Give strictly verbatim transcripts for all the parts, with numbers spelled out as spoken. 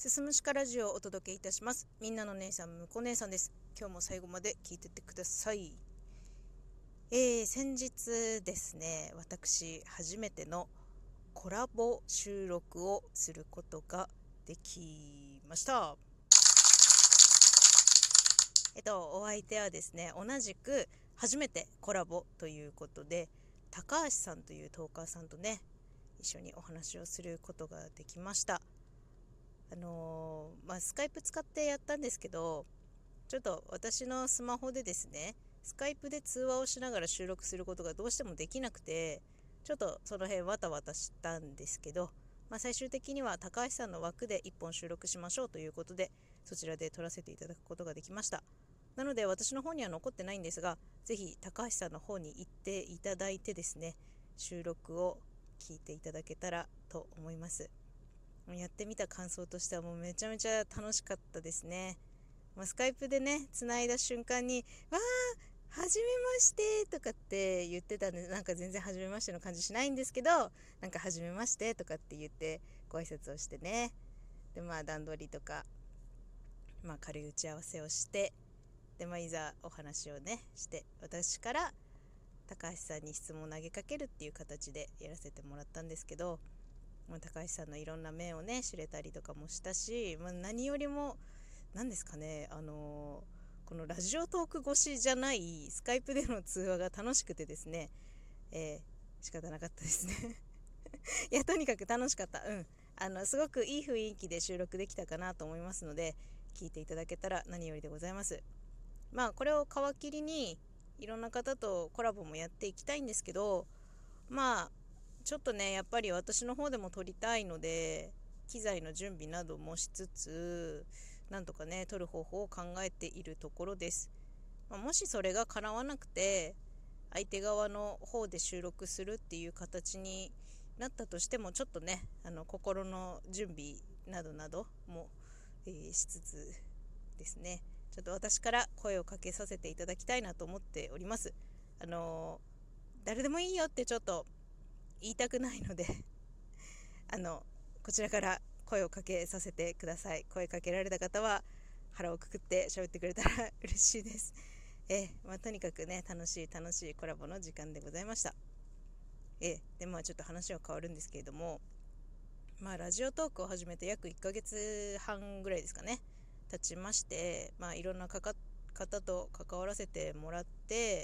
すすむしかラジオをお届けいたします。みんなの姉さん、むこ姉さんです。今日も最後まで聞いてってください。えー、先日ですね、私初めてのコラボ収録をすることができました。えっとお相手はですね、同じく初めてコラボということで、高橋さんというトーカーさんとね、一緒にお話をすることができました。あのーまあ、スカイプ使ってやったんですけど、ちょっと私のスマホでですね、スカイプで通話をしながら収録することがどうしてもできなくて、ちょっとその辺わたわたしたんですけど、まあ、最終的には高橋さんの枠でいっぽん収録しましょうということで、そちらで撮らせていただくことができました。なので私の方には残ってないんですが、ぜひ高橋さんの方に行っていただいてですね、収録を聞いていただけたらと思います。やってみた感想としてはもうめちゃめちゃ楽しかったですね。まあ、スカイプでね、つないだ瞬間に、わー、はじめましてとかって言ってたんで、なんか全然はじめましての感じしないんですけど、なんかはじめましてとかって言ってご挨拶をしてね。で、まあ段取りとか、まあ軽い打ち合わせをして、で、まあいざお話をね、して、私から高橋さんに質問を投げかけるっていう形でやらせてもらったんですけど、まあ、高橋さんのいろんな面をね知れたりとかもしたし、まあ、何よりも何ですかね、あのーこのラジオトーク越しじゃないスカイプでの通話が楽しくてですね、えー、仕方なかったですねいやとにかく楽しかった。うんあのすごくいい雰囲気で収録できたかなと思いますので、聞いていただけたら何よりでございます。まあこれを皮切りにいろんな方とコラボもやっていきたいんですけど、まあちょっとねやっぱり私の方でも撮りたいので、機材の準備などもしつつ、なんとかね撮る方法を考えているところです。まあ、もしそれが叶わなくて相手側の方で収録するっていう形になったとしても、ちょっとねあの心の準備などなども、えーしつつですね、ちょっと私から声をかけさせていただきたいなと思っております。あのー誰でもいいよってちょっと言いたくないのであのこちらから声をかけさせてください。声かけられた方は腹をくくって喋ってくれたら嬉しいです。えまあ、とにかくね楽しい楽しいコラボの時間でございました。えでまあちょっと話は変わるんですけれども、まあラジオトークを始めて約いっかげつはんぐらいですかね、経ちまして、まあいろんなかか方と関わらせてもらって、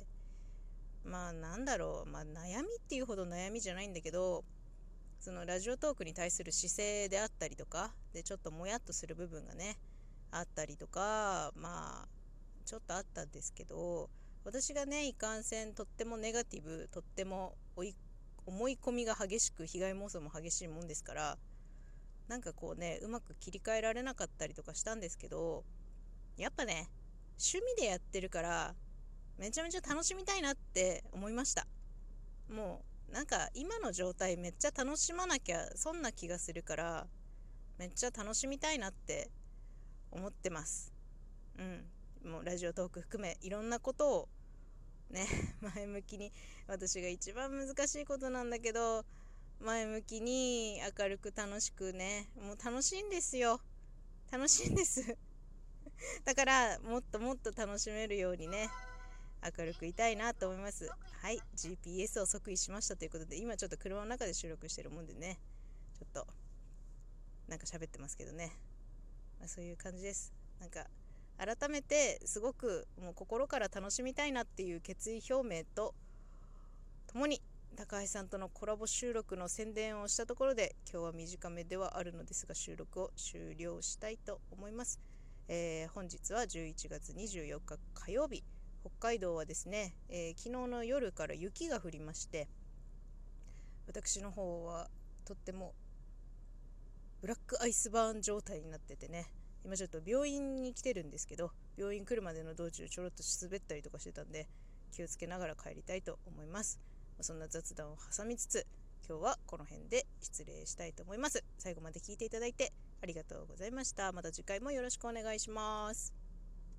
まあなんだろう、まあ悩みっていうほど悩みじゃないんだけど、そのラジオトークに対する姿勢であったりとかで、ちょっともやっとする部分がねあったりとか、まあちょっとあったんですけど、私がねいかんせんとってもネガティブ、とっても追い思い込みが激しく、被害妄想も激しいもんですから、なんかこうねうまく切り替えられなかったりとかしたんですけど、やっぱね趣味でやってるからめちゃめちゃ楽しみたいなって思いました。もうなんか今の状態めっちゃ楽しまなきゃそんな気がするから、めっちゃ楽しみたいなって思ってます。うんもうラジオトーク含めいろんなことをね前向きに、私が一番難しいことなんだけど、前向きに明るく楽しくね、もう楽しいんですよ。楽しいんですだからもっともっと楽しめるようにね明るくいたいなと思います。はい、 ジーピーエス を即位しましたということで、今ちょっと車の中で収録してるもんでね、ちょっとなんか喋ってますけどね、まあ、そういう感じです。なんか改めてすごくもう心から楽しみたいなっていう決意表明とともに、高橋さんとのコラボ収録の宣伝をしたところで、今日は短めではあるのですが収録を終了したいと思います。えー本日はじゅういちがつにじゅうよっか火曜日、北海道はですね、えー昨日の夜から雪が降りまして、私の方はとってもブラックアイスバーン状態になっててね、今ちょっと病院に来てるんですけど、病院来るまでの道中ちょろっと滑ったりとかしてたんで、気をつけながら帰りたいと思います。そんな雑談を挟みつつ、今日はこの辺で失礼したいと思います。最後まで聞いていただいてありがとうございました。また次回もよろしくお願いします。